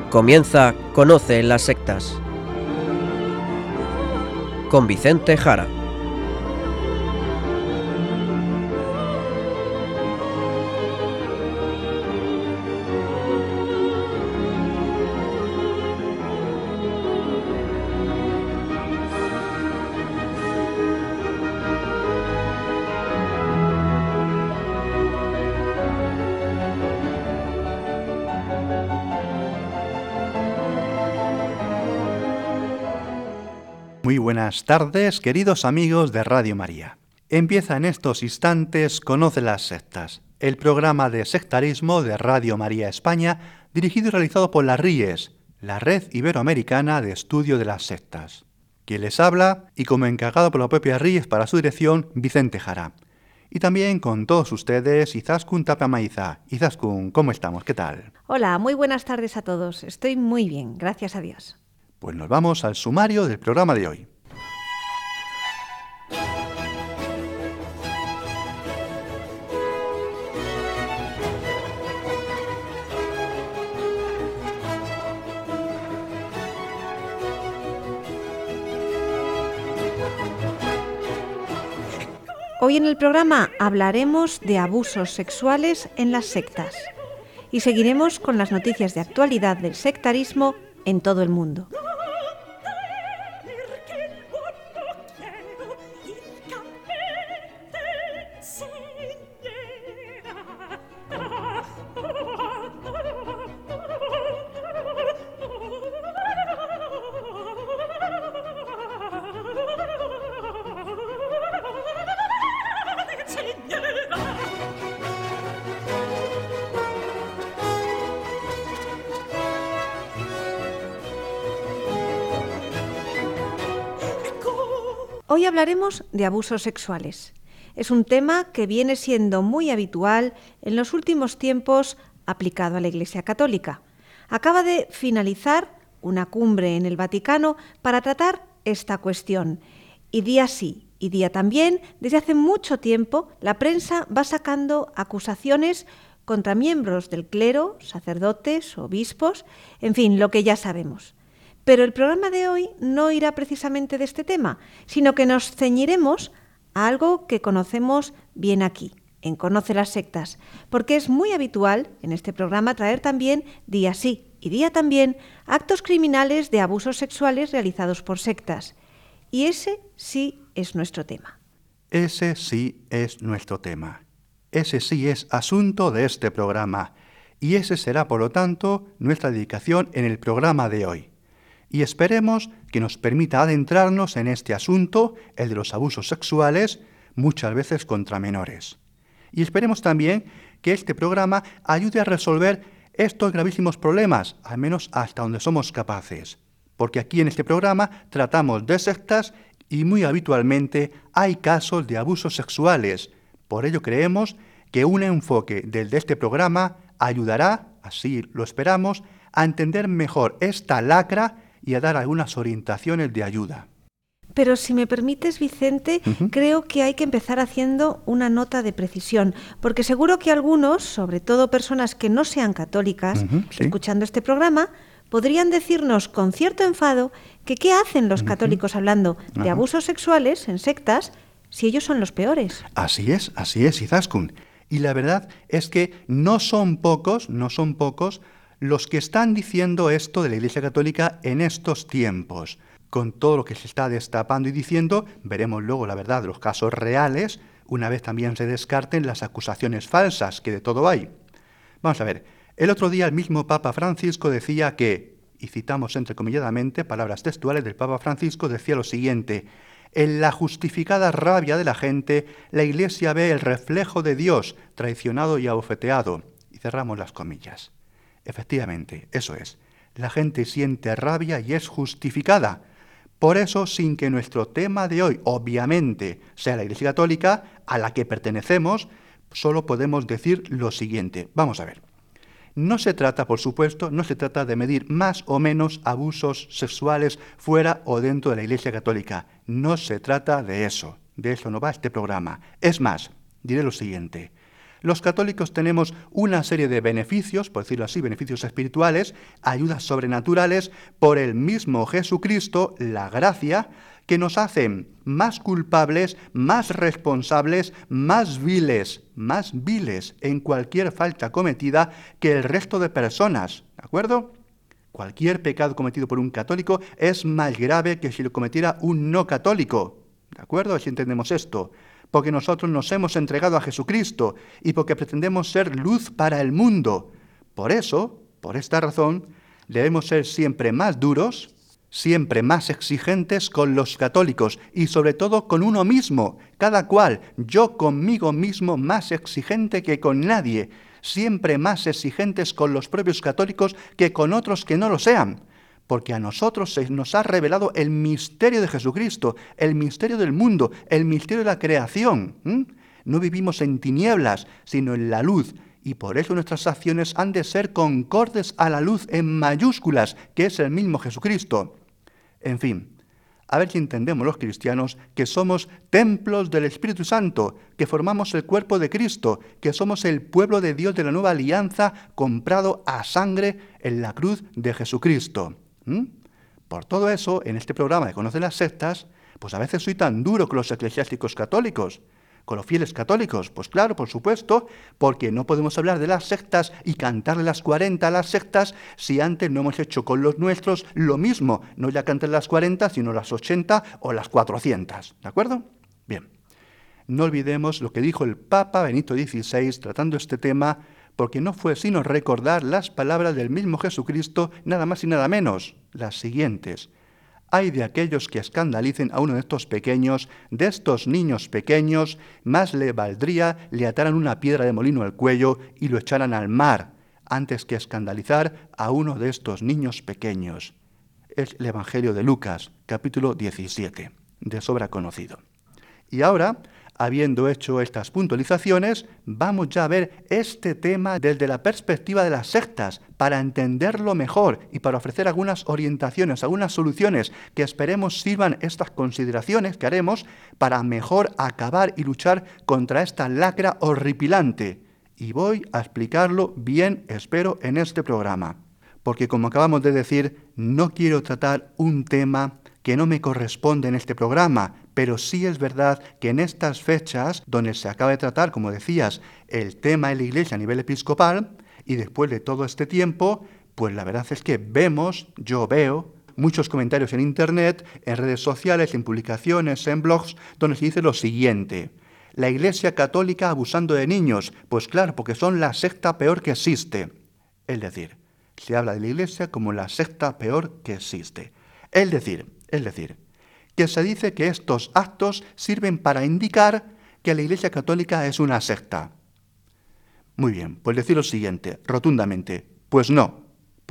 Comienza Conoce las sectas con Vicente Jara. Muy buenas tardes, queridos amigos de Radio María. Empieza en estos instantes Conoce las sectas, el programa de sectarismo de Radio María España, dirigido y realizado por la RIES, la Red Iberoamericana de Estudio de las Sectas. Quien les habla, y como encargado por la propia RIES para su dirección, Vicente Jara. Y también con todos ustedes, Izaskun Tapamaiza. Izaskun, ¿cómo estamos? ¿Qué tal? Hola, muy buenas tardes a todos. Estoy muy bien, gracias a Dios. Pues nos vamos al sumario del programa de hoy. Hoy en el programa hablaremos de abusos sexuales en las sectas y seguiremos con las noticias de actualidad del sectarismo en todo el mundo. Hoy hablaremos de abusos sexuales. Es un tema que viene siendo muy habitual en los últimos tiempos aplicado a la Iglesia Católica. Acaba de finalizar una cumbre en el Vaticano para tratar esta cuestión. Y día sí y día también, desde hace mucho tiempo, la prensa va sacando acusaciones contra miembros del clero, sacerdotes, obispos, en fin, lo que ya sabemos. Pero el programa de hoy no irá precisamente de este tema, sino que nos ceñiremos a algo que conocemos bien aquí, en Conoce las sectas, porque es muy habitual en este programa traer también, día sí y día también, actos criminales de abusos sexuales realizados por sectas. Y ese sí es nuestro tema. Ese sí es nuestro tema. Ese sí es asunto de este programa. Y ese será, por lo tanto, nuestra dedicación en el programa de hoy. Y esperemos que nos permita adentrarnos en este asunto, el de los abusos sexuales, muchas veces contra menores. Y esperemos también que este programa ayude a resolver estos gravísimos problemas, al menos hasta donde somos capaces. Porque aquí en este programa tratamos de sectas y muy habitualmente hay casos de abusos sexuales. Por ello creemos que un enfoque del de este programa ayudará, así lo esperamos, a entender mejor esta lacra y a dar algunas orientaciones de ayuda. Pero si me permites, Vicente, creo que hay que empezar haciendo una nota de precisión, porque seguro que algunos, sobre todo personas que no sean católicas, ¿sí? Escuchando este programa, podrían decirnos con cierto enfado que qué hacen los católicos hablando de abusos sexuales en sectas si ellos son los peores. Así es, Izaskun. Y la verdad es que no son pocos los que están diciendo esto de la Iglesia Católica en estos tiempos. Con todo lo que se está destapando y diciendo, veremos luego la verdad de los casos reales, una vez también se descarten las acusaciones falsas, que de todo hay. Vamos a ver, el otro día el mismo Papa Francisco decía que, y citamos entrecomilladamente palabras textuales del Papa Francisco, decía lo siguiente: en la justificada rabia de la gente, la Iglesia ve el reflejo de Dios traicionado y abofeteado. Y cerramos las comillas. Efectivamente, eso es. La gente siente rabia y es justificada. Por eso, sin que nuestro tema de hoy, obviamente, sea la Iglesia Católica, a la que pertenecemos, solo podemos decir lo siguiente. Vamos a ver. No se trata, por supuesto, de medir más o menos abusos sexuales fuera o dentro de la Iglesia Católica. No se trata de eso. De eso no va este programa. Es más, diré lo siguiente. Los católicos tenemos una serie de beneficios, por decirlo así, beneficios espirituales, ayudas sobrenaturales por el mismo Jesucristo, la gracia, que nos hacen más culpables, más responsables, más viles en cualquier falta cometida que el resto de personas, ¿de acuerdo? Cualquier pecado cometido por un católico es más grave que si lo cometiera un no católico, ¿de acuerdo? Si entendemos esto. Porque nosotros nos hemos entregado a Jesucristo y porque pretendemos ser luz para el mundo. Por eso, por esta razón, debemos ser siempre más duros, siempre más exigentes con los católicos y sobre todo con uno mismo, cada cual, yo conmigo mismo más exigente que con nadie, siempre más exigentes con los propios católicos que con otros que no lo sean. Porque a nosotros se nos ha revelado el misterio de Jesucristo, el misterio del mundo, el misterio de la creación. No vivimos en tinieblas, sino en la luz. Y por eso nuestras acciones han de ser concordes a la luz en mayúsculas, que es el mismo Jesucristo. En fin, a ver si entendemos los cristianos que somos templos del Espíritu Santo, que formamos el cuerpo de Cristo, que somos el pueblo de Dios de la nueva alianza comprado a sangre en la cruz de Jesucristo. Por todo eso, en este programa de Conoce las Sectas, pues a veces soy tan duro con los eclesiásticos católicos, con los fieles católicos. Pues claro, por supuesto, porque no podemos hablar de las sectas y cantarle las 40 a las sectas si antes no hemos hecho con los nuestros lo mismo, no ya cantar las 40, sino las 80 o las 400, ¿de acuerdo? Bien, no olvidemos lo que dijo el Papa Benito XVI tratando este tema, porque no fue sino recordar las palabras del mismo Jesucristo, nada más y nada menos, las siguientes. Ay de aquellos que escandalicen a uno de estos pequeños, de estos niños pequeños, más le valdría le ataran una piedra de molino al cuello y lo echaran al mar, antes que escandalizar a uno de estos niños pequeños. Es el Evangelio de Lucas, capítulo 17, de sobra conocido. Y ahora, habiendo hecho estas puntualizaciones, vamos ya a ver este tema desde la perspectiva de las sectas, para entenderlo mejor y para ofrecer algunas orientaciones, algunas soluciones que esperemos sirvan estas consideraciones que haremos para mejor acabar y luchar contra esta lacra horripilante. Y voy a explicarlo bien, espero, en este programa. Porque como acabamos de decir, no quiero tratar un tema que no me corresponde en este programa, pero sí es verdad que en estas fechas, donde se acaba de tratar, como decías, el tema de la Iglesia a nivel episcopal, y después de todo este tiempo, pues la verdad es que yo veo muchos comentarios en Internet, en redes sociales, en publicaciones, en blogs, donde se dice lo siguiente: la Iglesia católica abusando de niños, pues claro, porque son la secta peor que existe. Es decir, se habla de la Iglesia como la secta peor que existe. Es decir, que se dice que estos actos sirven para indicar que la Iglesia católica es una secta. Muy bien, pues decir lo siguiente, rotundamente, pues no.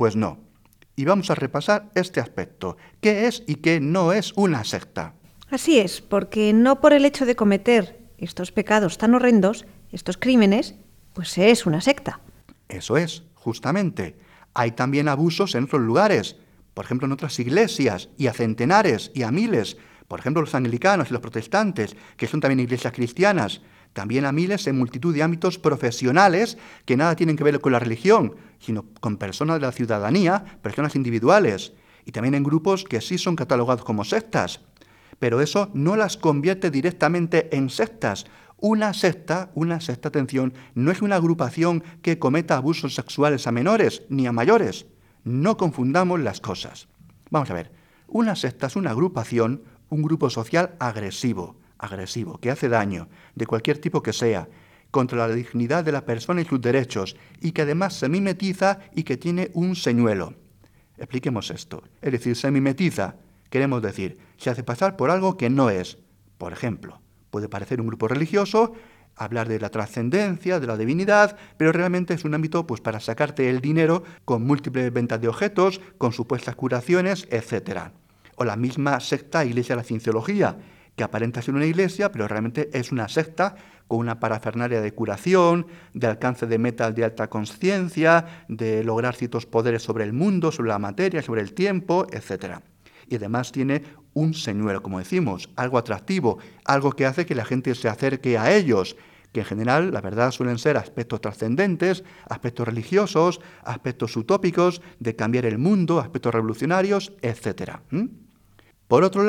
Y vamos a repasar este aspecto, qué es y qué no es una secta. Así es, porque no por el hecho de cometer estos pecados tan horrendos, estos crímenes, pues se es una secta. Eso es, justamente. Hay también abusos en otros lugares, por ejemplo en otras iglesias, y a centenares y a miles, por ejemplo los anglicanos y los protestantes, que son también iglesias cristianas, también a miles en multitud de ámbitos profesionales que nada tienen que ver con la religión, sino con personas de la ciudadanía, personas individuales, y también en grupos que sí son catalogados como sectas. Pero eso no las convierte directamente en sectas. Una secta, atención, no es una agrupación que cometa abusos sexuales a menores ni a mayores. No confundamos las cosas. Vamos a ver, una secta es una agrupación, un grupo social agresivo, que hace daño, de cualquier tipo que sea, contra la dignidad de la persona y sus derechos, y que además se mimetiza y que tiene un señuelo. Expliquemos esto. Es decir, se mimetiza, queremos decir, se hace pasar por algo que no es. Por ejemplo, puede parecer un grupo religioso, hablar de la trascendencia, de la divinidad, pero realmente es un ámbito pues para sacarte el dinero con múltiples ventas de objetos, con supuestas curaciones, etc. O la misma secta Iglesia de la Cienciología, que aparenta ser una iglesia, pero realmente es una secta con una parafernalia de curación, de alcance de metas de alta conciencia, de lograr ciertos poderes sobre el mundo, sobre la materia, sobre el tiempo, etc. Y además tiene un señuelo, como decimos, algo atractivo, algo que hace que la gente se acerque a ellos, que en general, la verdad, suelen ser aspectos trascendentes, aspectos religiosos, aspectos utópicos, de cambiar el mundo, aspectos revolucionarios, etc. Por otro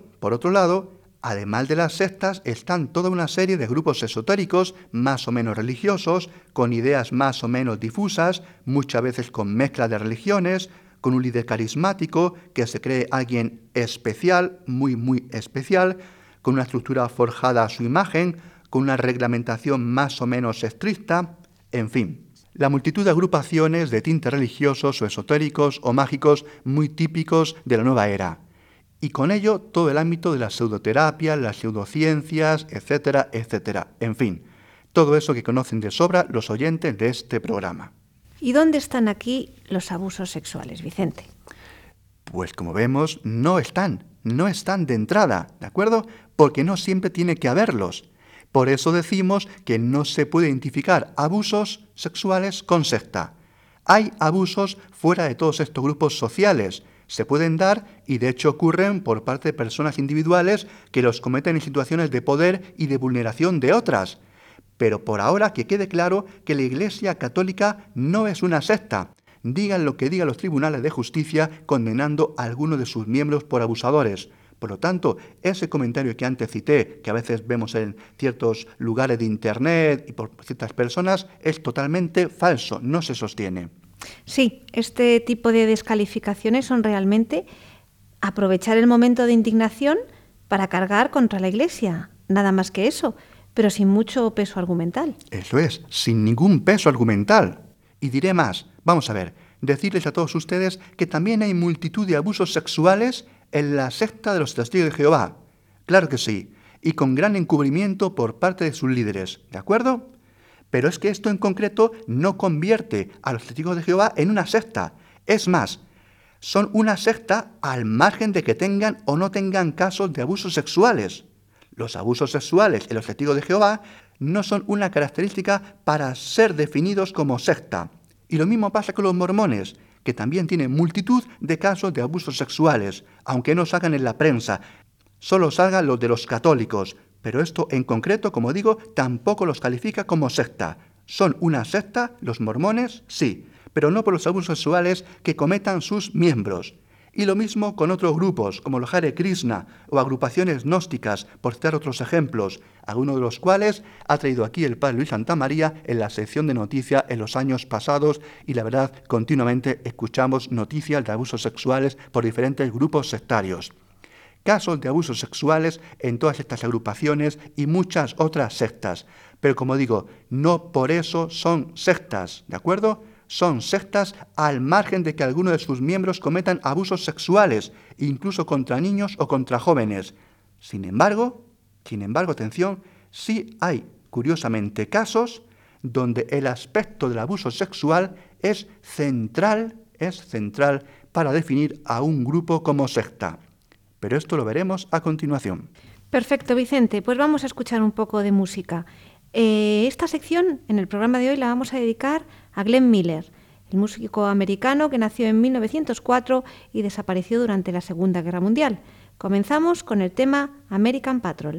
lado, además de las sectas, están toda una serie de grupos esotéricos, más o menos religiosos, con ideas más o menos difusas, muchas veces con mezcla de religiones, con un líder carismático que se cree alguien especial, muy especial, con una estructura forjada a su imagen, con una reglamentación más o menos estricta, en fin. La multitud de agrupaciones de tintes religiosos o esotéricos o mágicos muy típicos de la nueva era. Y con ello todo el ámbito de la pseudoterapia, las pseudociencias, etcétera, etcétera. En fin, todo eso que conocen de sobra los oyentes de este programa. ¿Y dónde están aquí los abusos sexuales, Vicente? Pues como vemos, no están de entrada, ¿de acuerdo? Porque no siempre tiene que haberlos. Por eso decimos que no se puede identificar abusos sexuales con secta. Hay abusos fuera de todos estos grupos sociales. Se pueden dar y de hecho ocurren por parte de personas individuales que los cometen en situaciones de poder y de vulneración de otras. Pero por ahora que quede claro que la Iglesia Católica no es una secta. Digan lo que digan los tribunales de justicia condenando a alguno de sus miembros por abusadores. Por lo tanto, ese comentario que antes cité, que a veces vemos en ciertos lugares de Internet y por ciertas personas, es totalmente falso, no se sostiene. Sí, este tipo de descalificaciones son realmente aprovechar el momento de indignación para cargar contra la Iglesia, nada más que eso, pero sin mucho peso argumental. Eso es, sin ningún peso argumental. Y diré más, vamos a ver, decirles a todos ustedes que también hay multitud de abusos sexuales en la secta de los Testigos de Jehová. Claro que sí, y con gran encubrimiento por parte de sus líderes, ¿de acuerdo? Pero es que esto en concreto no convierte a los Testigos de Jehová en una secta. Es más, son una secta al margen de que tengan o no tengan casos de abusos sexuales. Los abusos sexuales en los Testigos de Jehová no son una característica para ser definidos como secta. Y lo mismo pasa con los mormones, que también tienen multitud de casos de abusos sexuales, aunque no salgan en la prensa. Solo salgan los de los católicos, pero esto en concreto, como digo, tampoco los califica como secta. ¿Son una secta los mormones? Sí, pero no por los abusos sexuales que cometan sus miembros. Y lo mismo con otros grupos, como los Hare Krishna o agrupaciones gnósticas, por citar otros ejemplos, algunos de los cuales ha traído aquí el padre Luis Santamaría en la sección de noticias en los años pasados, y la verdad, continuamente escuchamos noticias de abusos sexuales por diferentes grupos sectarios. Casos de abusos sexuales en todas estas agrupaciones y muchas otras sectas. Pero como digo, no por eso son sectas, ¿de acuerdo? Son sectas al margen de que algunos de sus miembros cometan abusos sexuales, incluso contra niños o contra jóvenes. Sin embargo, atención, sí hay, curiosamente, casos donde el aspecto del abuso sexual es central para definir a un grupo como secta. Pero esto lo veremos a continuación. Perfecto, Vicente. Pues vamos a escuchar un poco de música. Esta sección, en el programa de hoy, la vamos a dedicar a Glenn Miller, el músico americano que nació en 1904 y desapareció durante la Segunda Guerra Mundial. Comenzamos con el tema American Patrol.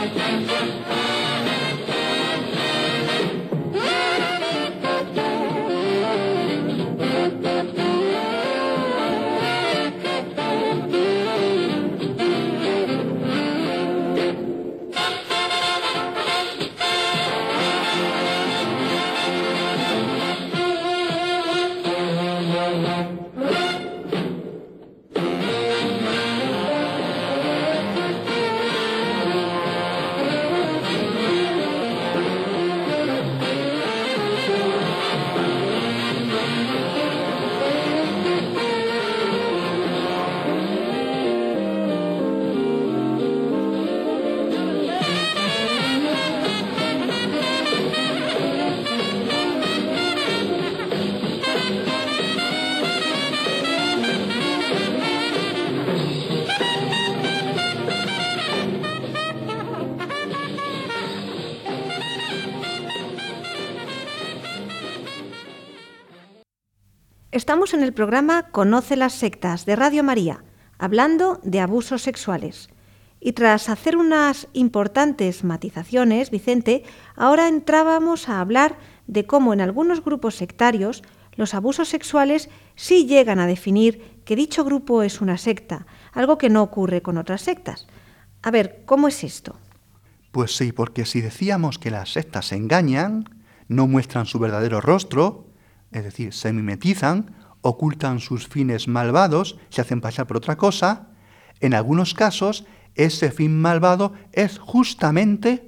Estamos en el programa Conoce las sectas de Radio María, hablando de abusos sexuales. Y tras hacer unas importantes matizaciones, Vicente, ahora entrábamos a hablar de cómo en algunos grupos sectarios los abusos sexuales sí llegan a definir que dicho grupo es una secta, algo que no ocurre con otras sectas. A ver, ¿cómo es esto? Pues sí, porque si decíamos que las sectas engañan, no muestran su verdadero rostro, es decir, se mimetizan, ocultan sus fines malvados, se hacen pasar por otra cosa, en algunos casos ese fin malvado es justamente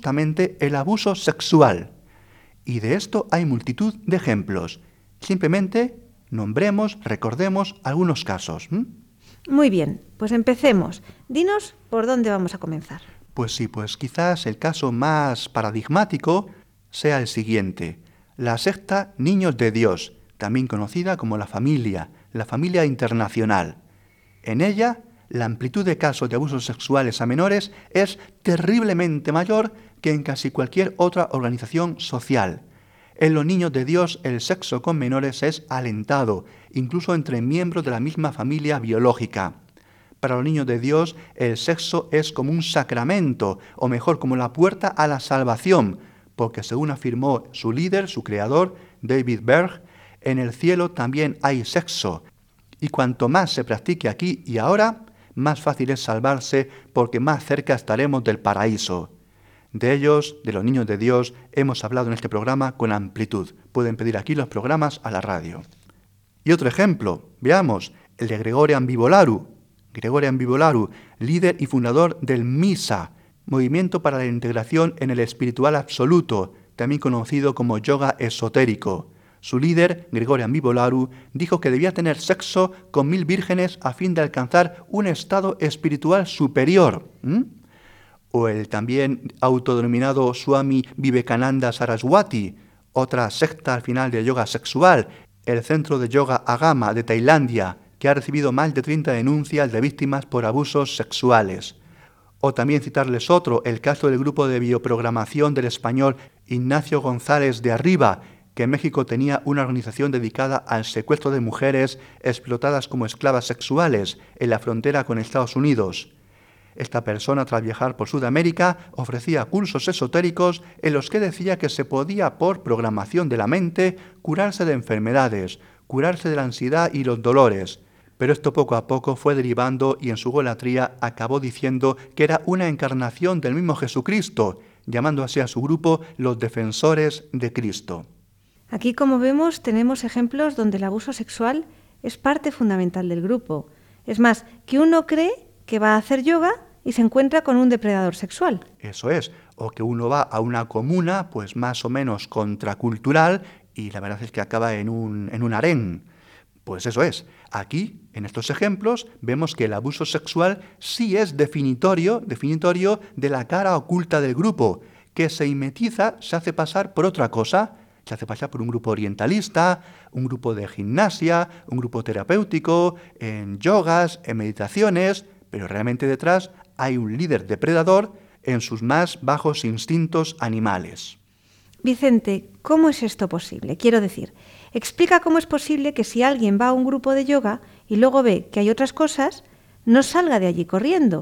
el abuso sexual. Y de esto hay multitud de ejemplos. Simplemente nombremos, recordemos algunos casos. Muy bien, pues empecemos. Dinos por dónde vamos a comenzar. Pues sí, pues quizás el caso más paradigmático sea el siguiente. La secta Niños de Dios, también conocida como la familia internacional. En ella, la amplitud de casos de abusos sexuales a menores es terriblemente mayor que en casi cualquier otra organización social. En los Niños de Dios, el sexo con menores es alentado, incluso entre miembros de la misma familia biológica. Para los Niños de Dios, el sexo es como un sacramento, o mejor, como la puerta a la salvación, porque según afirmó su líder, su creador, David Berg, en el cielo también hay sexo, y cuanto más se practique aquí y ahora, más fácil es salvarse porque más cerca estaremos del paraíso. De ellos, de los Niños de Dios, hemos hablado en este programa con amplitud. Pueden pedir aquí los programas a la radio. Y otro ejemplo, veamos, el de Gregorian Vivolaru. Gregorian Vivolaru, líder y fundador del MISA, Movimiento para la Integración en el Espiritual Absoluto, también conocido como yoga esotérico. Su líder, Gregorian Vivolaru, dijo que debía tener sexo con 1000 vírgenes a fin de alcanzar un estado espiritual superior. O el también autodenominado Swami Vivekananda Saraswati, otra secta al final de yoga sexual, el Centro de Yoga Agama de Tailandia, que ha recibido más de 30 denuncias de víctimas por abusos sexuales. O también citarles otro, el caso del grupo de bioprogramación del español Ignacio González de Arriba, que en México tenía una organización dedicada al secuestro de mujeres explotadas como esclavas sexuales en la frontera con Estados Unidos. Esta persona, tras viajar por Sudamérica, ofrecía cursos esotéricos en los que decía que se podía, por programación de la mente, curarse de enfermedades, curarse de la ansiedad y los dolores. Pero esto poco a poco fue derivando y en su golatría acabó diciendo que era una encarnación del mismo Jesucristo, llamando así a su grupo los defensores de Cristo. Aquí, como vemos, tenemos ejemplos donde el abuso sexual es parte fundamental del grupo. Es más, que uno cree que va a hacer yoga y se encuentra con un depredador sexual. Eso es, o que uno va a una comuna pues más o menos contracultural y la verdad es que acaba en un harén. Pues eso es. Aquí, en estos ejemplos, vemos que el abuso sexual sí es definitorio de la cara oculta del grupo, que se mimetiza, se hace pasar por otra cosa, se hace pasar por un grupo orientalista, un grupo de gimnasia, un grupo terapéutico, en yogas, en meditaciones, pero realmente detrás hay un líder depredador en sus más bajos instintos animales. Vicente, ¿cómo es esto posible? Quiero decir, explica cómo es posible que si alguien va a un grupo de yoga y luego ve que hay otras cosas, no salga de allí corriendo.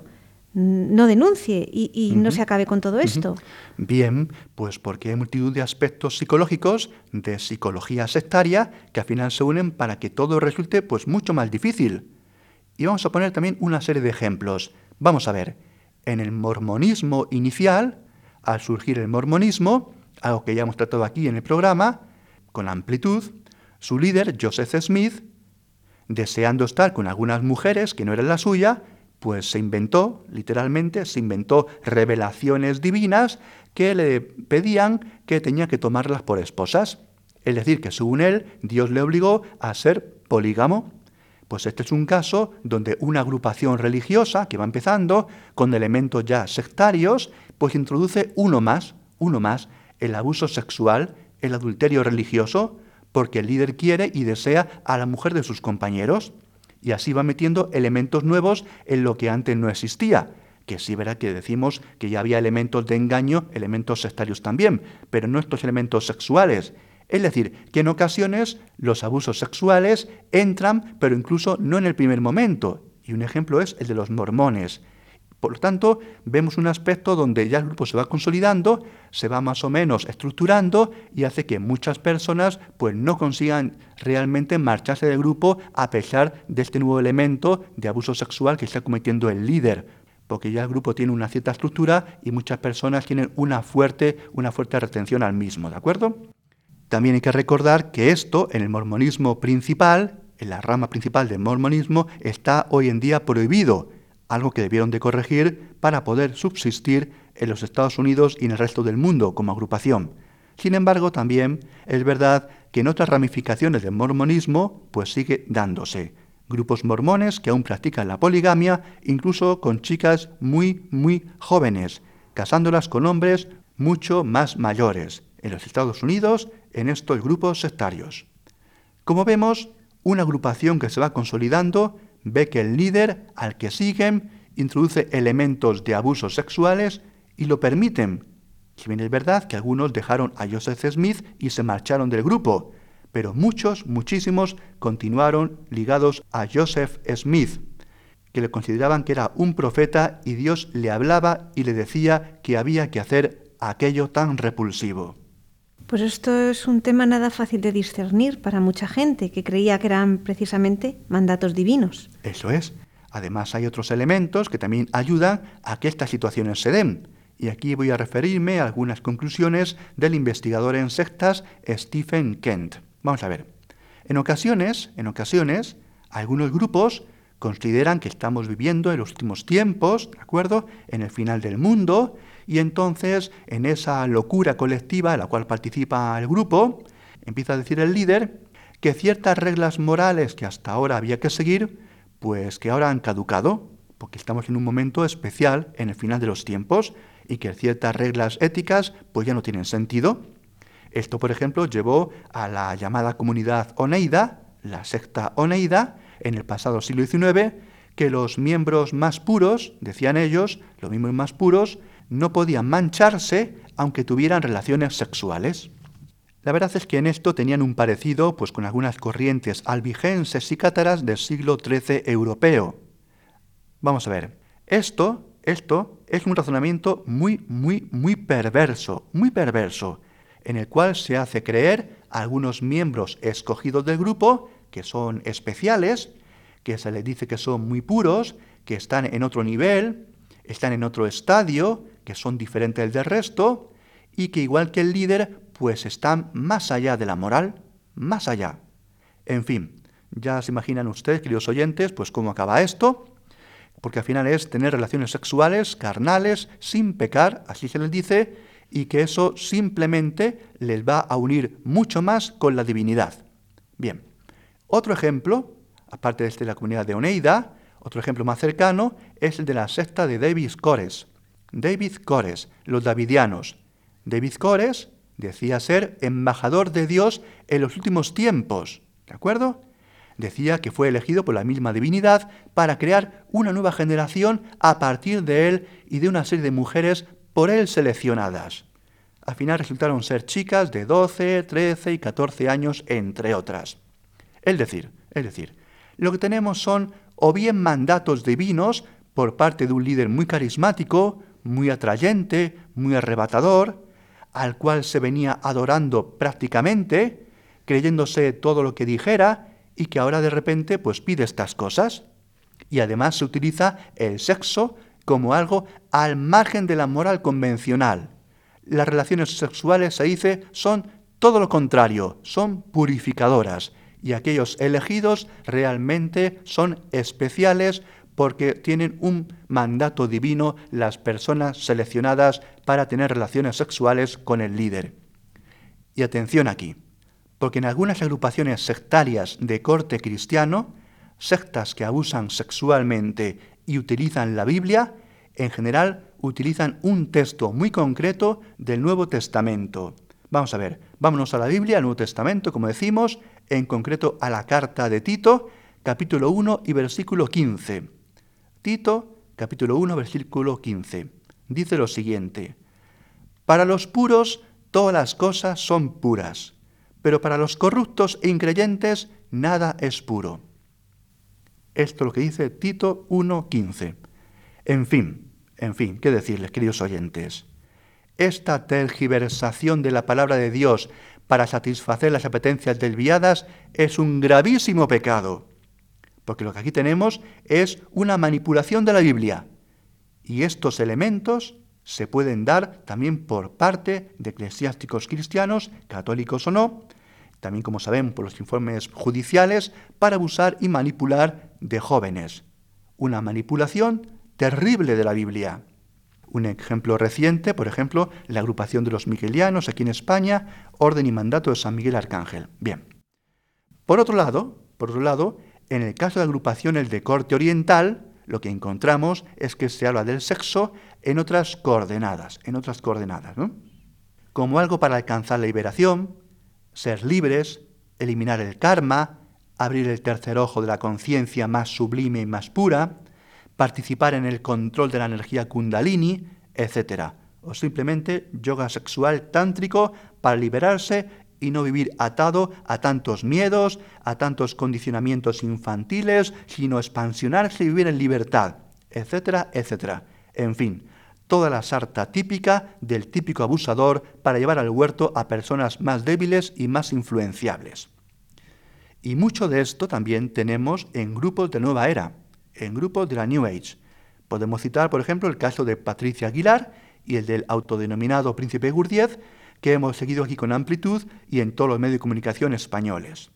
no denuncie y no se acabe con todo esto? Bien, pues porque hay multitud de aspectos psicológicos de psicología sectaria que al final se unen para que todo resulte pues mucho más difícil. Y vamos a poner también una serie de ejemplos. Vamos a ver, en el mormonismo inicial, al surgir el mormonismo, algo que ya hemos tratado aquí en el programa, con amplitud, su líder, Joseph Smith, deseando estar con algunas mujeres que no eran la suya, pues se inventó, literalmente, revelaciones divinas que le pedían que tenía que tomarlas por esposas. Es decir, que según él, Dios le obligó a ser polígamo. Pues este es un caso donde una agrupación religiosa que va empezando, con elementos ya sectarios, pues introduce uno más, el abuso sexual, el adulterio religioso, porque el líder quiere y desea a la mujer de sus compañeros. Y así va metiendo elementos nuevos en lo que antes no existía. Que sí verá que decimos que ya había elementos de engaño, elementos sectarios también, pero no estos elementos sexuales. Es decir, que en ocasiones los abusos sexuales entran, pero incluso no en el primer momento. Y un ejemplo es el de los mormones. Por lo tanto, vemos un aspecto donde ya el grupo se va consolidando, se va más o menos estructurando y hace que muchas personas pues no consigan realmente marcharse del grupo a pesar de este nuevo elemento de abuso sexual que está cometiendo el líder, porque ya el grupo tiene una cierta estructura y muchas personas tienen una fuerte retención al mismo, ¿de acuerdo? También hay que recordar que esto en el mormonismo principal, en la rama principal del mormonismo, está hoy en día prohibido, algo que debieron de corregir para poder subsistir en los Estados Unidos y en el resto del mundo como agrupación. Sin embargo, también es verdad que en otras ramificaciones del mormonismo pues sigue dándose. Grupos mormones que aún practican la poligamia, incluso con chicas muy jóvenes, casándolas con hombres mucho más mayores, en los Estados Unidos, en estos grupos sectarios. Como vemos, una agrupación que se va consolidando ve que el líder al que siguen introduce elementos de abusos sexuales y lo permiten. Si bien es verdad que algunos dejaron a Joseph Smith y se marcharon del grupo, pero muchísimos continuaron ligados a Joseph Smith, que le consideraban que era un profeta y Dios le hablaba y le decía que había que hacer aquello tan repulsivo. Pues esto es un tema nada fácil de discernir para mucha gente que creía que eran precisamente mandatos divinos. Eso es. Además hay otros elementos que también ayudan a que estas situaciones se den. Y aquí voy a referirme a algunas conclusiones del investigador en sectas Stephen Kent. Vamos a ver. En ocasiones, algunos grupos consideran que estamos viviendo en los últimos tiempos, ¿de acuerdo?, en el final del mundo, y entonces en esa locura colectiva en la cual participa el grupo, empieza a decir el líder que ciertas reglas morales que hasta ahora había que seguir, pues que ahora han caducado, porque estamos en un momento especial en el final de los tiempos y que ciertas reglas éticas pues ya no tienen sentido. Esto, por ejemplo, llevó a la llamada comunidad Oneida, la secta Oneida, en el pasado siglo XIX, que los miembros más puros, decían ellos, los miembros más puros, no podían mancharse aunque tuvieran relaciones sexuales. La verdad es que en esto tenían un parecido pues con algunas corrientes albigenses y cátaras del siglo XIII europeo. Vamos a ver, esto es un razonamiento muy perverso, en el cual se hace creer a algunos miembros escogidos del grupo, que son especiales, que se les dice que son muy puros, que están en otro nivel, están en otro estadio, que son diferentes del resto, y que igual que el líder, pues están más allá de la moral, más allá. En fin, ya se imaginan ustedes, queridos oyentes, pues cómo acaba esto, porque al final es tener relaciones sexuales, carnales, sin pecar, así se les dice, y que eso simplemente les va a unir mucho más con la divinidad. Bien, otro ejemplo, aparte de la comunidad de Oneida, otro ejemplo más cercano es el de la secta de David Koresh. David Koresh, los davidianos. David Koresh decía ser embajador de Dios en los últimos tiempos, ¿de acuerdo? Decía que fue elegido por la misma divinidad para crear una nueva generación a partir de él y de una serie de mujeres por él seleccionadas. Al final resultaron ser chicas de 12, 13 y 14 años, entre otras. Es decir, lo que tenemos son o bien mandatos divinos por parte de un líder muy carismático, muy atrayente, muy arrebatador, al cual se venía adorando prácticamente, creyéndose todo lo que dijera y que ahora de repente pues pide estas cosas. Y además se utiliza el sexo como algo al margen de la moral convencional. Las relaciones sexuales, se dice, son todo lo contrario, son purificadoras. Y aquellos elegidos realmente son especiales porque tienen un mandato divino las personas seleccionadas para tener relaciones sexuales con el líder. Y atención aquí, porque en algunas agrupaciones sectarias de corte cristiano, sectas que abusan sexualmente y utilizan la Biblia, en general utilizan un texto muy concreto del Nuevo Testamento. Vamos a ver, vámonos a la Biblia, al Nuevo Testamento, como decimos, en concreto a la carta de Tito, capítulo 1 y versículo 15. Tito, capítulo 1, versículo 15. Dice lo siguiente: para los puros todas las cosas son puras, pero para los corruptos e increyentes nada es puro. Esto es lo que dice Tito 1:15. En fin, ¿qué decirles, queridos oyentes? Esta tergiversación de la palabra de Dios para satisfacer las apetencias desviadas es un gravísimo pecado, porque lo que aquí tenemos es una manipulación de la Biblia, y estos elementos se pueden dar también por parte de eclesiásticos cristianos, católicos o no, también, como sabemos, por los informes judiciales, para abusar y manipular de jóvenes. Una manipulación terrible de la Biblia. Un ejemplo reciente, por ejemplo, la agrupación de los miguelianos aquí en España, Orden y Mandato de San Miguel Arcángel. Bien. Por otro lado, en el caso de agrupaciones de corte oriental, lo que encontramos es que se habla del sexo en otras coordenadas, ¿no? Como algo para alcanzar la liberación, ser libres, eliminar el karma, abrir el tercer ojo de la conciencia más sublime y más pura, participar en el control de la energía kundalini, etc. O simplemente yoga sexual tántrico para liberarse y no vivir atado a tantos miedos, a tantos condicionamientos infantiles, sino expansionarse y vivir en libertad, etcétera, etcétera. En fin, toda la sarta típica del típico abusador para llevar al huerto a personas más débiles y más influenciables. Y mucho de esto también tenemos en grupos de nueva era, en grupos de la New Age. Podemos citar, por ejemplo, el caso de Patricia Aguilar y el del autodenominado Príncipe Gurdjieff, que hemos seguido aquí con amplitud y en todos los medios de comunicación españoles.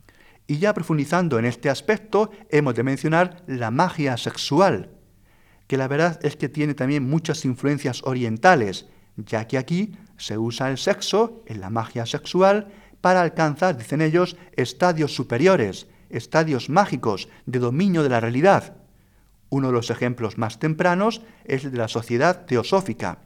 Y ya profundizando en este aspecto, hemos de mencionar la magia sexual, que la verdad es que tiene también muchas influencias orientales, ya que aquí se usa el sexo, en la magia sexual, para alcanzar, dicen ellos, estadios superiores, estadios mágicos de dominio de la realidad. Uno de los ejemplos más tempranos es el de la sociedad teosófica,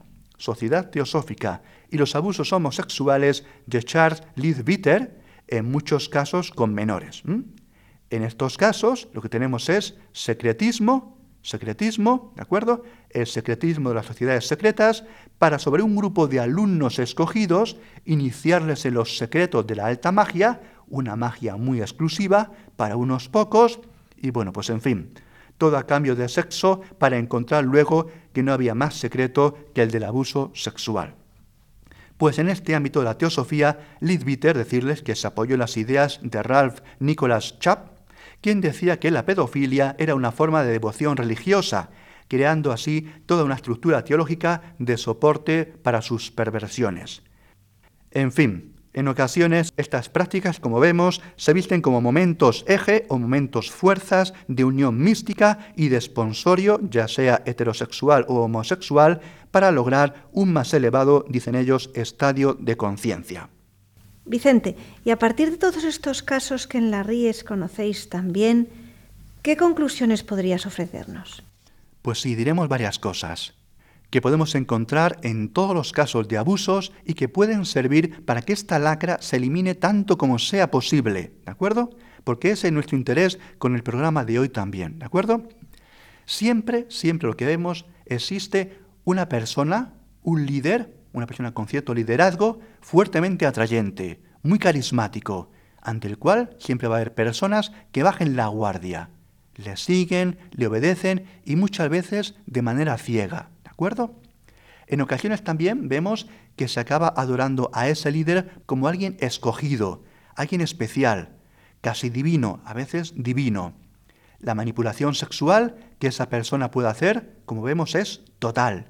y los abusos homosexuales de Charles Leadbeater, en muchos casos con menores. En estos casos lo que tenemos es secretismo, ¿de acuerdo? El secretismo de las sociedades secretas para sobre un grupo de alumnos escogidos iniciarles en los secretos de la alta magia, una magia muy exclusiva para unos pocos, y bueno, pues en fin, todo a cambio de sexo para encontrar luego que no había más secreto que el del abuso sexual. Pues en este ámbito de la teosofía, Leadbeater, decirles que se apoyó en las ideas de Ralph Nicholas Chubb, quien decía que la pedofilia era una forma de devoción religiosa, creando así toda una estructura teológica de soporte para sus perversiones. En fin, en ocasiones estas prácticas, como vemos, se visten como momentos eje o momentos fuerzas de unión mística y de esponsorio, ya sea heterosexual o homosexual, para lograr un más elevado, dicen ellos, estadio de conciencia. Vicente, y a partir de todos estos casos que en la RIES conocéis también, ¿qué conclusiones podrías ofrecernos? Pues sí, diremos varias cosas que podemos encontrar en todos los casos de abusos y que pueden servir para que esta lacra se elimine tanto como sea posible, ¿de acuerdo? Porque ese es nuestro interés con el programa de hoy también, ¿de acuerdo? Siempre lo que vemos, existe una persona, un líder, una persona con cierto liderazgo, fuertemente atrayente, muy carismático, ante el cual siempre va a haber personas que bajen la guardia. Le siguen, le obedecen y muchas veces de manera ciega, ¿de acuerdo? En ocasiones también vemos que se acaba adorando a ese líder como alguien escogido, alguien especial, casi divino, a veces divino. La manipulación sexual que esa persona puede hacer, como vemos, es total.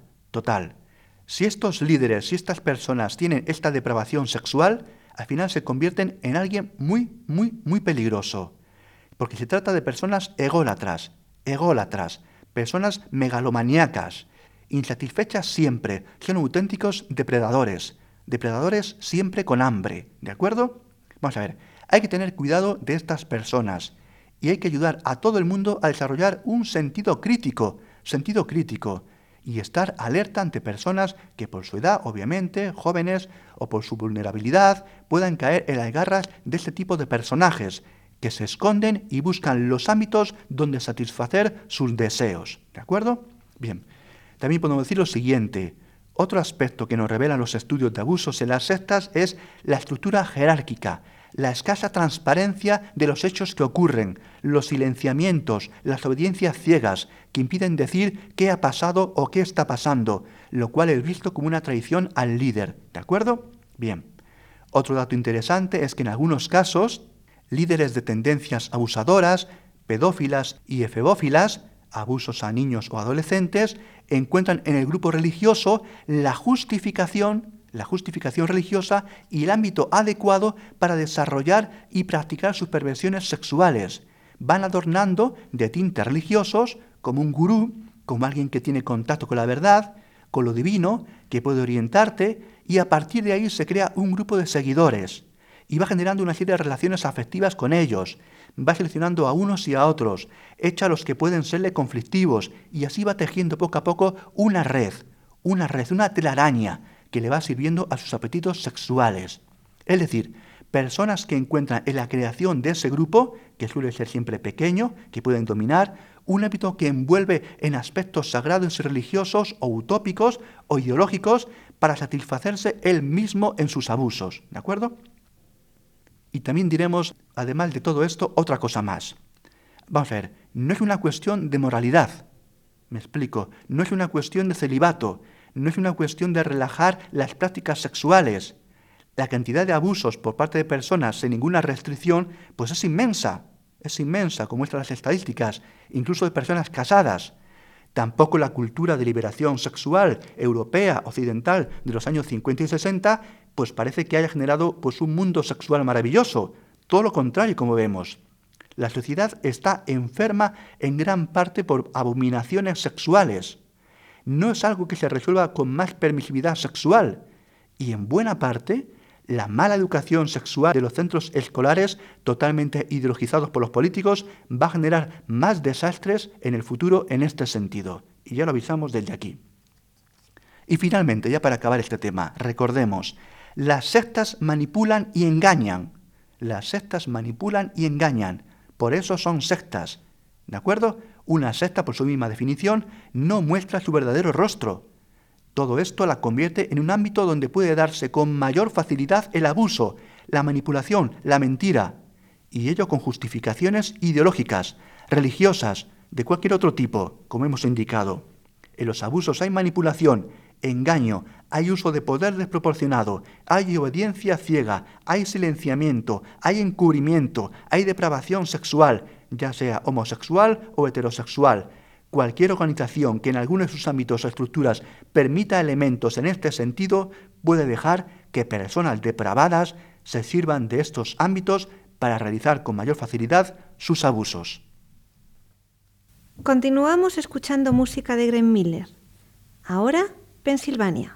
Si estos líderes, si estas personas tienen esta depravación sexual, al final se convierten en alguien muy peligroso. Porque se trata de personas ególatras, personas megalomaníacas, insatisfechas siempre, son auténticos depredadores siempre con hambre, ¿de acuerdo? Vamos a ver, hay que tener cuidado de estas personas y hay que ayudar a todo el mundo a desarrollar un sentido crítico, y estar alerta ante personas que por su edad, obviamente, jóvenes, o por su vulnerabilidad, puedan caer en las garras de este tipo de personajes que se esconden y buscan los ámbitos donde satisfacer sus deseos, ¿de acuerdo? Bien, también podemos decir lo siguiente. Otro aspecto que nos revelan los estudios de abusos en las sectas es la estructura jerárquica, la escasa transparencia de los hechos que ocurren, los silenciamientos, las obediencias ciegas que impiden decir qué ha pasado o qué está pasando, lo cual es visto como una traición al líder, ¿de acuerdo? Bien, otro dato interesante es que en algunos casos, líderes de tendencias abusadoras, pedófilas y efebófilas, abusos a niños o adolescentes, encuentran en el grupo religioso la justificación religiosa y el ámbito adecuado para desarrollar y practicar sus perversiones sexuales. Van adornando de tintes religiosos como un gurú, como alguien que tiene contacto con la verdad, con lo divino, que puede orientarte, y a partir de ahí se crea un grupo de seguidores y va generando una serie de relaciones afectivas con ellos, va seleccionando a unos y a otros, echa a los que pueden serle conflictivos y así va tejiendo poco a poco una red, una telaraña que le va sirviendo a sus apetitos sexuales. Es decir, personas que encuentran en la creación de ese grupo, que suele ser siempre pequeño, que pueden dominar, un ámbito que envuelve en aspectos sagrados y religiosos o utópicos o ideológicos para satisfacerse él mismo en sus abusos, ¿de acuerdo? Y también diremos, además de todo esto, otra cosa más. Vamos a ver, no es una cuestión de moralidad, me explico, no es una cuestión de celibato, no es una cuestión de relajar las prácticas sexuales. La cantidad de abusos por parte de personas sin ninguna restricción, pues es inmensa, como muestran las estadísticas, incluso de personas casadas. Tampoco la cultura de liberación sexual europea, occidental, de los años 50 y 60, pues parece que haya generado pues un mundo sexual maravilloso. Todo lo contrario, como vemos. La sociedad está enferma en gran parte por abominaciones sexuales. No es algo que se resuelva con más permisividad sexual. Y en buena parte, la mala educación sexual de los centros escolares, totalmente ideologizados por los políticos, va a generar más desastres en el futuro en este sentido. Y ya lo avisamos desde aquí. Y finalmente, ya para acabar este tema, recordemos, las sectas manipulan y engañan. Por eso son sectas. ¿De acuerdo? Una secta, por su misma definición, no muestra su verdadero rostro. Todo esto la convierte en un ámbito donde puede darse con mayor facilidad el abuso, la manipulación, la mentira, y ello con justificaciones ideológicas, religiosas, de cualquier otro tipo, como hemos indicado. En los abusos hay manipulación, engaño, hay uso de poder desproporcionado, hay obediencia ciega, hay silenciamiento, hay encubrimiento, hay depravación sexual, ya sea homosexual o heterosexual. Cualquier organización que en alguno de sus ámbitos o estructuras permita elementos en este sentido puede dejar que personas depravadas se sirvan de estos ámbitos para realizar con mayor facilidad sus abusos. Continuamos escuchando música de Glenn Miller. Ahora, Pensilvania.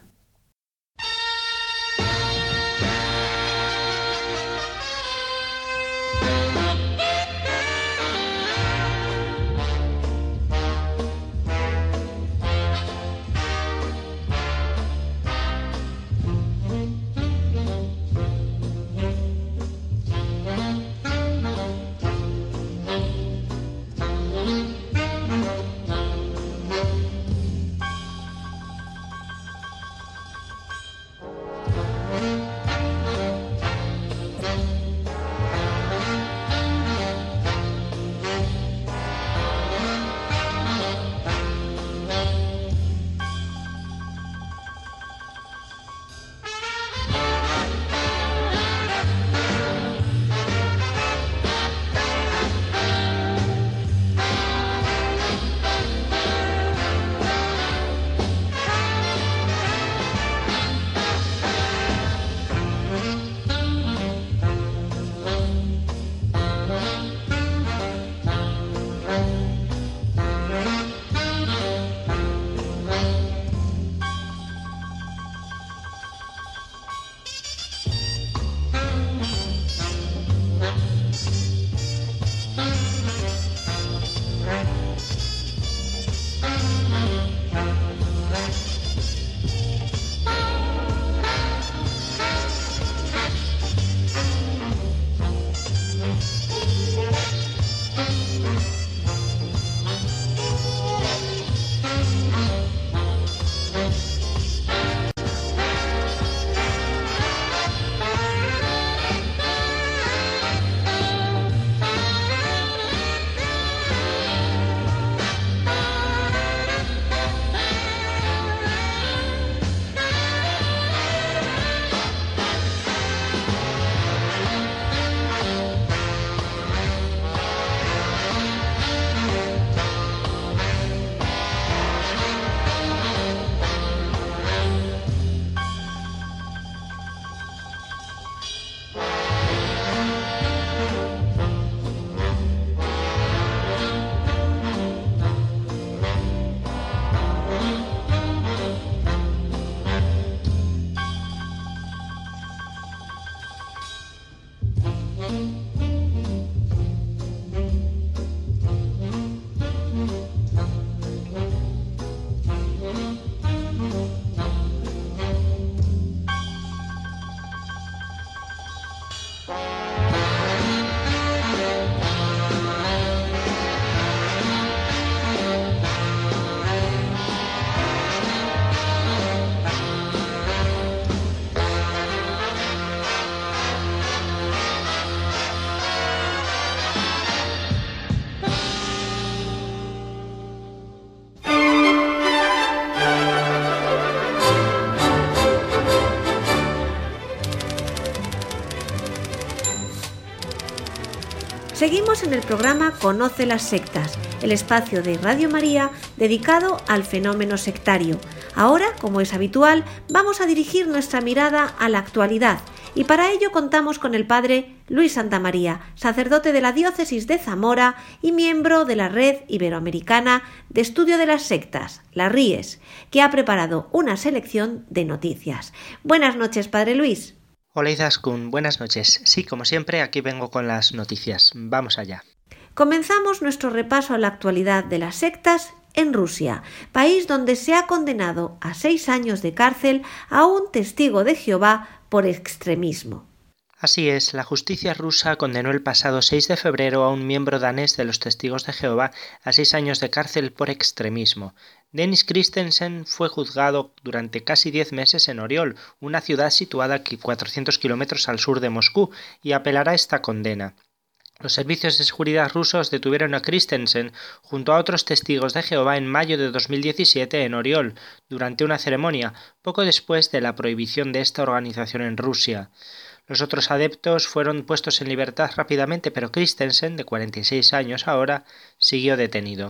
Seguimos en el programa Conoce las sectas, el espacio de Radio María dedicado al fenómeno sectario. Ahora, como es habitual, vamos a dirigir nuestra mirada a la actualidad y para ello contamos con el padre Luis Santamaría, sacerdote de la diócesis de Zamora y miembro de la Red Iberoamericana de Estudio de las Sectas, la RIES, que ha preparado una selección de noticias. Buenas noches, padre Luis. Hola Izaskun, buenas noches. Sí, como siempre, aquí vengo con las noticias. Vamos allá. Comenzamos nuestro repaso a la actualidad de las sectas en Rusia, país donde se ha condenado a 6 años de cárcel a un testigo de Jehová por extremismo. Así es, la justicia rusa condenó el pasado 6 de febrero a un miembro danés de los Testigos de Jehová a 6 años de cárcel por extremismo. Dennis Christensen fue juzgado durante casi 10 meses en Oriol, una ciudad situada a 400 kilómetros al sur de Moscú, y apelará esta condena. Los servicios de seguridad rusos detuvieron a Christensen junto a otros testigos de Jehová en mayo de 2017 en Oriol, durante una ceremonia, poco después de la prohibición de esta organización en Rusia. Los otros adeptos fueron puestos en libertad rápidamente, pero Christensen, de 46 años ahora, siguió detenido.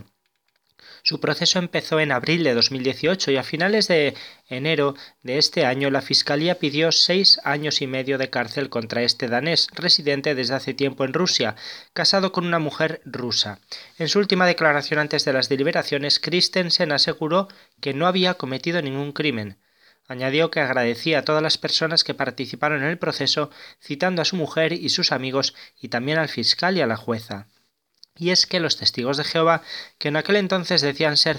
Su proceso empezó en abril de 2018 y a finales de enero de este año la Fiscalía pidió 6 años y medio de cárcel contra este danés, residente desde hace tiempo en Rusia, casado con una mujer rusa. En su última declaración antes de las deliberaciones, Christensen aseguró que no había cometido ningún crimen. Añadió que agradecía a todas las personas que participaron en el proceso, citando a su mujer y sus amigos y también al fiscal y a la jueza. Y es que los testigos de Jehová, que en aquel entonces decían ser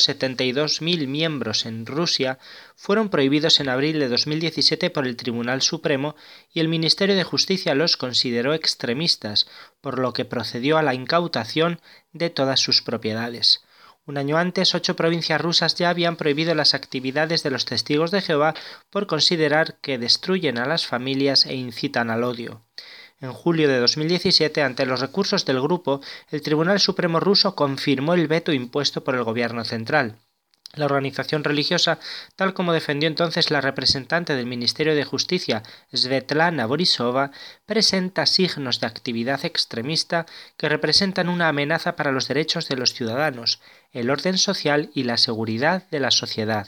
172.000 miembros en Rusia, fueron prohibidos en abril de 2017 por el Tribunal Supremo y el Ministerio de Justicia los consideró extremistas, por lo que procedió a la incautación de todas sus propiedades. Un año antes, 8 provincias rusas ya habían prohibido las actividades de los testigos de Jehová por considerar que destruyen a las familias e incitan al odio. En julio de 2017, ante los recursos del grupo, el Tribunal Supremo ruso confirmó el veto impuesto por el gobierno central. La organización religiosa, tal como defendió entonces la representante del Ministerio de Justicia, Svetlana Borisova, presenta signos de actividad extremista que representan una amenaza para los derechos de los ciudadanos, el orden social y la seguridad de la sociedad.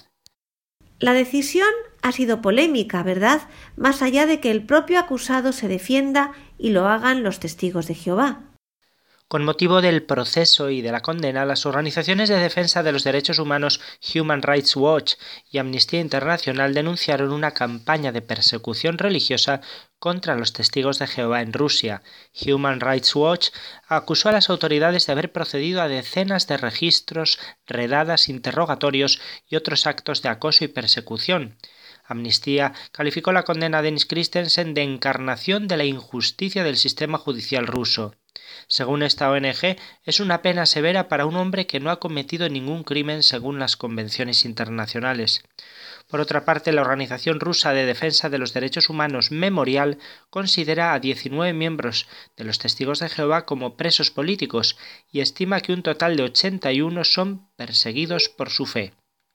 La decisión ha sido polémica, ¿verdad? Más allá de que el propio acusado se defienda y lo hagan los testigos de Jehová. Con motivo del proceso y de la condena, las organizaciones de defensa de los derechos humanos Human Rights Watch y Amnistía Internacional denunciaron una campaña de persecución religiosa contra los testigos de Jehová en Rusia. Human Rights Watch acusó a las autoridades de haber procedido a decenas de registros, redadas, interrogatorios y otros actos de acoso y persecución. Amnistía calificó la condena de Dennis Christensen de encarnación de la injusticia del sistema judicial ruso. Según esta ONG, es una pena severa para un hombre que no ha cometido ningún crimen según las convenciones internacionales. Por otra parte, la Organización Rusa de Defensa de los Derechos Humanos Memorial considera a 19 miembros de los Testigos de Jehová como presos políticos y estima que un total de 81 son perseguidos por su fe.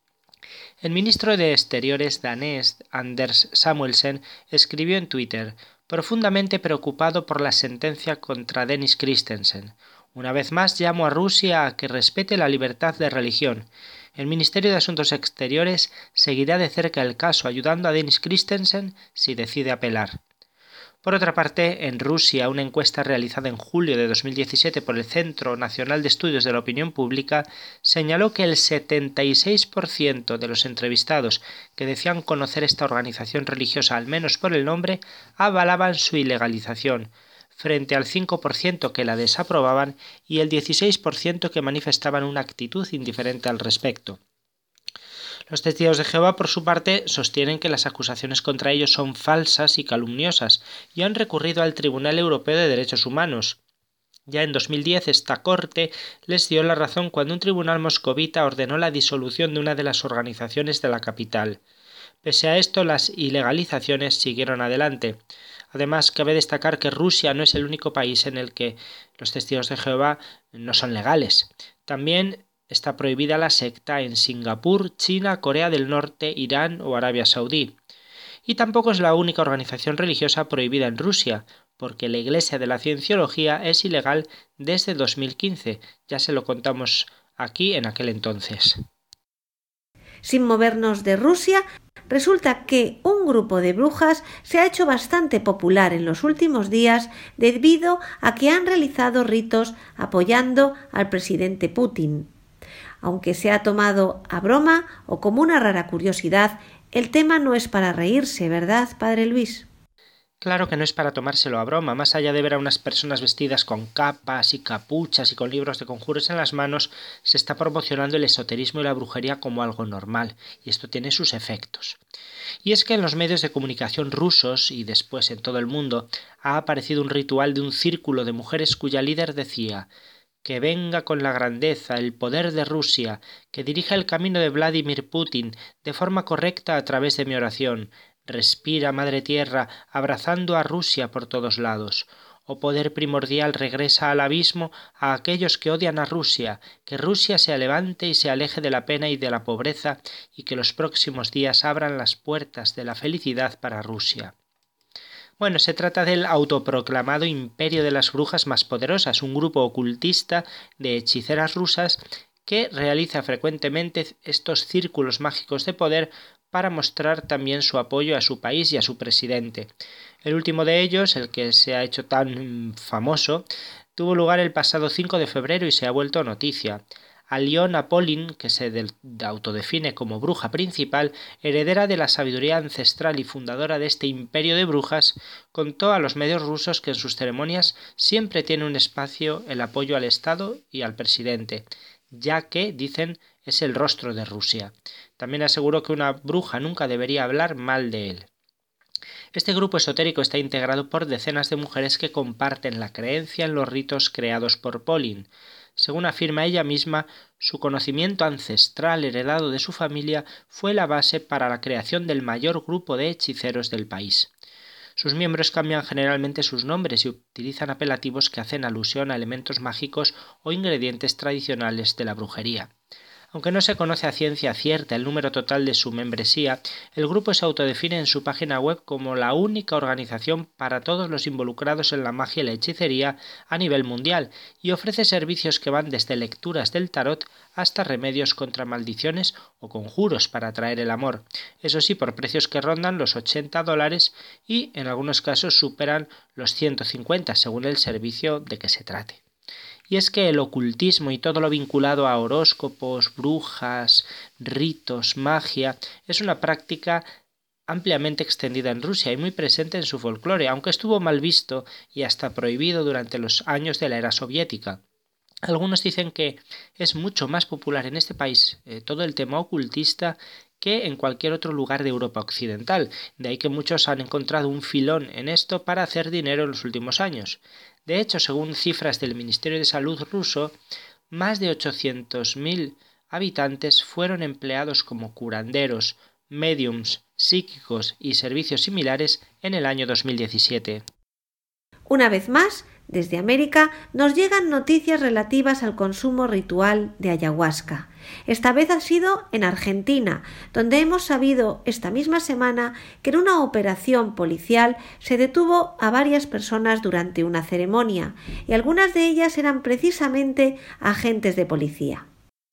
El ministro de Exteriores danés, Anders Samuelsen, escribió en Twitter: profundamente preocupado por la sentencia contra Dennis Christensen. Una vez más llamo a Rusia a que respete la libertad de religión. El Ministerio de Asuntos Exteriores seguirá de cerca el caso, ayudando a Dennis Christensen si decide apelar. Por otra parte, en Rusia, una encuesta realizada en julio de 2017 por el Centro Nacional de Estudios de la Opinión Pública señaló que el 76% de los entrevistados que decían conocer esta organización religiosa al menos por el nombre avalaban su ilegalización, frente al 5% que la desaprobaban y el 16% que manifestaban una actitud indiferente al respecto. Los testigos de Jehová, por su parte, sostienen que las acusaciones contra ellos son falsas y calumniosas y han recurrido al Tribunal Europeo de Derechos Humanos. Ya en 2010 esta corte les dio la razón cuando un tribunal moscovita ordenó la disolución de una de las organizaciones de la capital. Pese a esto, las ilegalizaciones siguieron adelante. Además, cabe destacar que Rusia no es el único país en el que los testigos de Jehová no son legales. También está prohibida la secta en Singapur, China, Corea del Norte, Irán o Arabia Saudí. Y tampoco es la única organización religiosa prohibida en Rusia. porque la Iglesia de la Cienciología es ilegal desde 2015. Ya se lo contamos aquí en aquel entonces. Sin movernos de Rusia, resulta que un grupo de brujas se ha hecho bastante popular en los últimos días debido a que han realizado ritos apoyando al presidente Putin. Aunque se ha tomado a broma o como una rara curiosidad, el tema no es para reírse, ¿verdad, Padre Luis? Claro que no es para tomárselo a broma, más allá de ver a unas personas vestidas con capas y capuchas y con libros de conjuros en las manos, se está promocionando el esoterismo y la brujería como algo normal, y esto tiene sus efectos. Y es que en los medios de comunicación rusos y después en todo el mundo ha aparecido un ritual de un círculo de mujeres cuya líder decía: que venga con la grandeza, el poder de Rusia, que dirija el camino de Vladimir Putin de forma correcta a través de mi oración. Respira, Madre Tierra, abrazando a Rusia por todos lados. Oh poder primordial, regresa al abismo a aquellos que odian a Rusia, que Rusia se levante y se aleje de la pena y de la pobreza, y que los próximos días abran las puertas de la felicidad para Rusia. Bueno, se trata del autoproclamado Imperio de las Brujas más poderosas, un grupo ocultista de hechiceras rusas que realiza frecuentemente estos círculos mágicos de poder para mostrar también su apoyo a su país y a su presidente. El último de ellos, el que se ha hecho tan famoso, tuvo lugar el pasado 5 de febrero y se ha vuelto noticia. Aliona Polin, que se autodefine como bruja principal, heredera de la sabiduría ancestral y fundadora de este imperio de brujas, contó a los medios rusos que en sus ceremonias siempre tiene un espacio el apoyo al Estado y al presidente, ya que, dicen, es el rostro de Rusia. También aseguró que una bruja nunca debería hablar mal de él. Este grupo esotérico está integrado por decenas de mujeres que comparten la creencia en los ritos creados por Polin. Según afirma ella misma, su conocimiento ancestral heredado de su familia fue la base para la creación del mayor grupo de hechiceros del país. Sus miembros cambian generalmente sus nombres y utilizan apelativos que hacen alusión a elementos mágicos o ingredientes tradicionales de la brujería. Aunque no se conoce a ciencia cierta el número total de su membresía, el grupo se autodefine en su página web como la única organización para todos los involucrados en la magia y la hechicería a nivel mundial y ofrece servicios que van desde lecturas del tarot hasta remedios contra maldiciones o conjuros para atraer el amor. Eso sí, por precios que rondan los $80 y en algunos casos superan los 150 según el servicio de que se trate. Y es que el ocultismo y todo lo vinculado a horóscopos, brujas, ritos, magia, es una práctica ampliamente extendida en Rusia y muy presente en su folclore, aunque estuvo mal visto y hasta prohibido durante los años de la era soviética. Algunos dicen que es mucho más popular en este país todo el tema ocultista que en cualquier otro lugar de Europa occidental, de ahí que muchos han encontrado un filón en esto para hacer dinero en los últimos años. De hecho, según cifras del Ministerio de Salud ruso, más de 800.000 habitantes fueron empleados como curanderos, médiums, psíquicos y servicios similares en el año 2017. Una vez más, desde América nos llegan noticias relativas al consumo ritual de ayahuasca. Esta vez ha sido en Argentina, donde hemos sabido esta misma semana que en una operación policial se detuvo a varias personas durante una ceremonia, y algunas de ellas eran precisamente agentes de policía.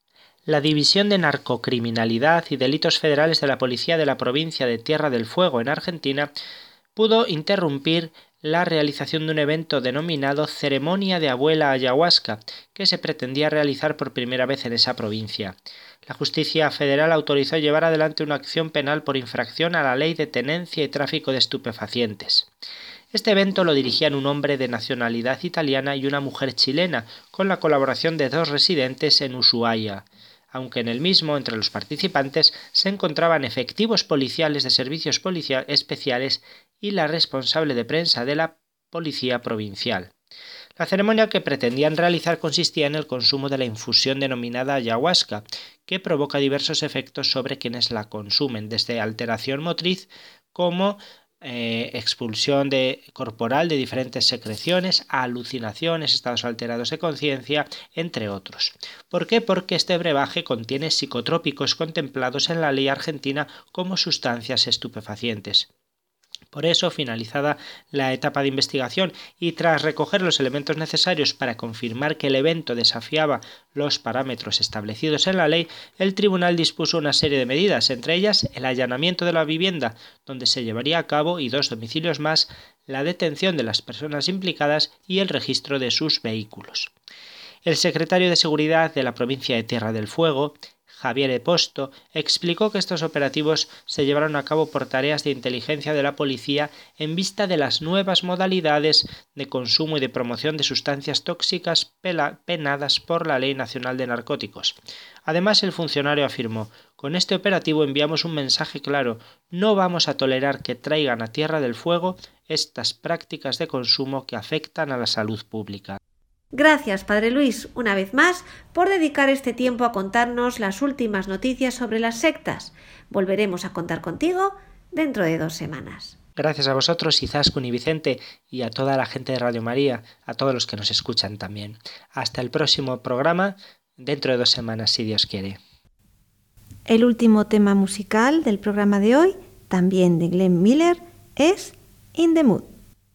La División de Narcocriminalidad y Delitos Federales de la Policía de la provincia de Tierra del Fuego en Argentina pudo interrumpir la realización de un evento denominado Ceremonia de Abuela Ayahuasca, que se pretendía realizar por primera vez en esa provincia. La justicia federal autorizó llevar adelante una acción penal por infracción a la ley de tenencia y tráfico de estupefacientes. Este evento lo dirigían un hombre de nacionalidad italiana y una mujer chilena, con la colaboración de 2 residentes en Ushuaia, aunque en el mismo, entre los participantes, se encontraban efectivos policiales de servicios especiales y la responsable de prensa de la policía provincial. La ceremonia que pretendían realizar consistía en el consumo de la infusión denominada ayahuasca, que provoca diversos efectos sobre quienes la consumen, desde alteración motriz como expulsión corporal de diferentes secreciones, alucinaciones, estados alterados de conciencia, entre otros. ¿Por qué? Porque este brebaje contiene psicotrópicos contemplados en la ley argentina como sustancias estupefacientes. Por eso, finalizada la etapa de investigación y tras recoger los elementos necesarios para confirmar que el evento desafiaba los parámetros establecidos en la ley, el tribunal dispuso una serie de medidas, entre ellas el allanamiento de la vivienda donde se llevaría a cabo y 2 domicilios más, la detención de las personas implicadas y el registro de sus vehículos. El secretario de Seguridad de la provincia de Tierra del Fuego, Javier Eposto, explicó que estos operativos se llevaron a cabo por tareas de inteligencia de la policía en vista de las nuevas modalidades de consumo y de promoción de sustancias tóxicas penadas por la Ley Nacional de Narcóticos. Además, el funcionario afirmó: con este operativo enviamos un mensaje claro, no vamos a tolerar que traigan a Tierra del Fuego estas prácticas de consumo que afectan a la salud pública. Gracias, Padre Luis, una vez más, por dedicar este tiempo a contarnos las últimas noticias sobre las sectas. Volveremos a contar contigo dentro de 2 semanas. Gracias a vosotros, Izaskun y Vicente, y a toda la gente de Radio María, a todos los que nos escuchan también. Hasta el próximo programa, dentro de 2 semanas, si Dios quiere. El último tema musical del programa de hoy, también de Glenn Miller, es In the Mood.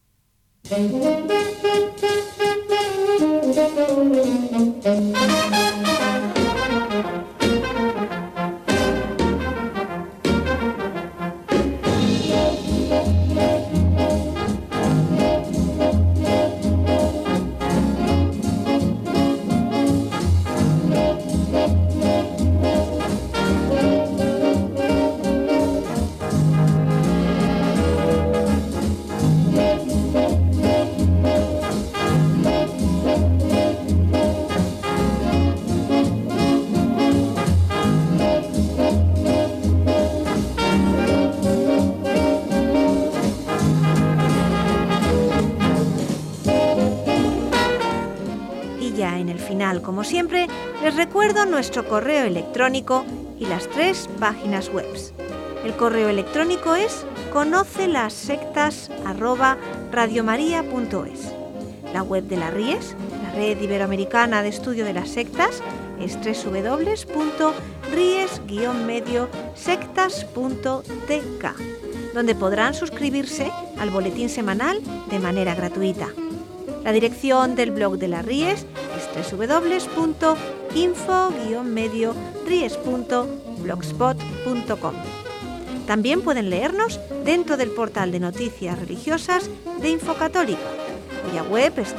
Como siempre, les recuerdo nuestro correo electrónico y las 3 páginas web. El correo electrónico es conocelasectas@radiomaria.es. La web de la RIES, la Red Iberoamericana de Estudio de las Sectas, es www.ries-mediosectas.tk, donde podrán suscribirse al boletín semanal de manera gratuita. La dirección del blog de la RIES es www.info-ries.blogspot.com. También pueden leernos dentro del portal de noticias religiosas de Infocatólica, cuya web es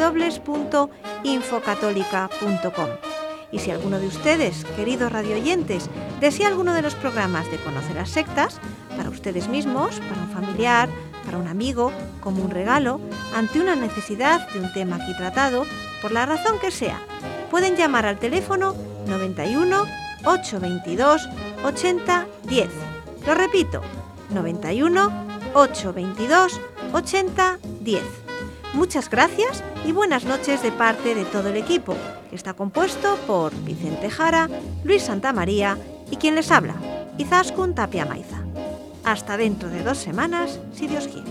www.infocatólica.com. Y si alguno de ustedes, queridos radioyentes, desea alguno de los programas de Conocer las Sectas, para ustedes mismos, para un familiar, para un amigo, como un regalo, ante una necesidad de un tema aquí tratado, por la razón que sea, pueden llamar al teléfono 91 822 80 10. Lo repito, 91 822 80 10. Muchas gracias y buenas noches de parte de todo el equipo, que está compuesto por Vicente Jara, Luis Santamaría y quien les habla, Izaskun Tapia Maiza. Hasta dentro de 2 semanas, si Dios quiere.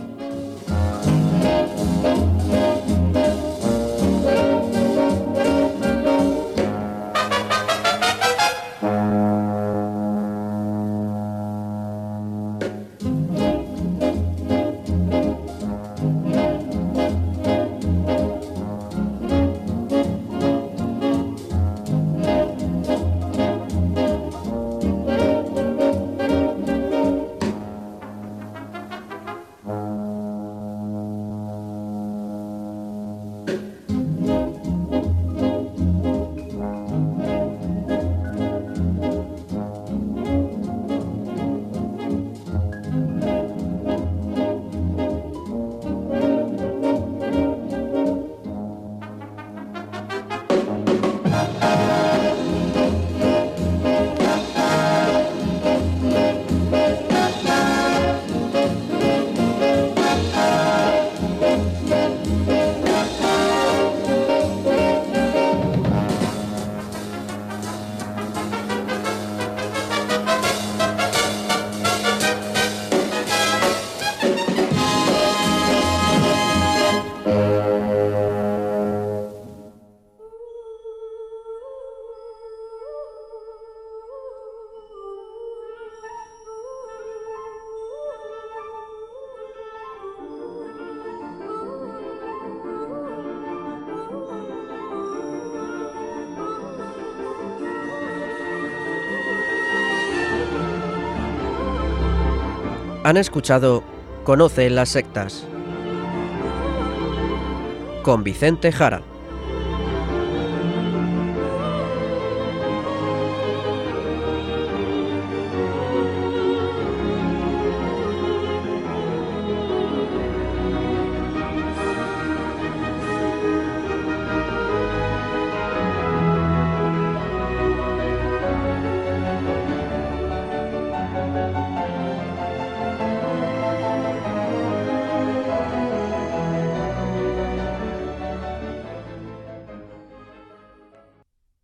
Han escuchado Conoce las sectas con Vicente Jara.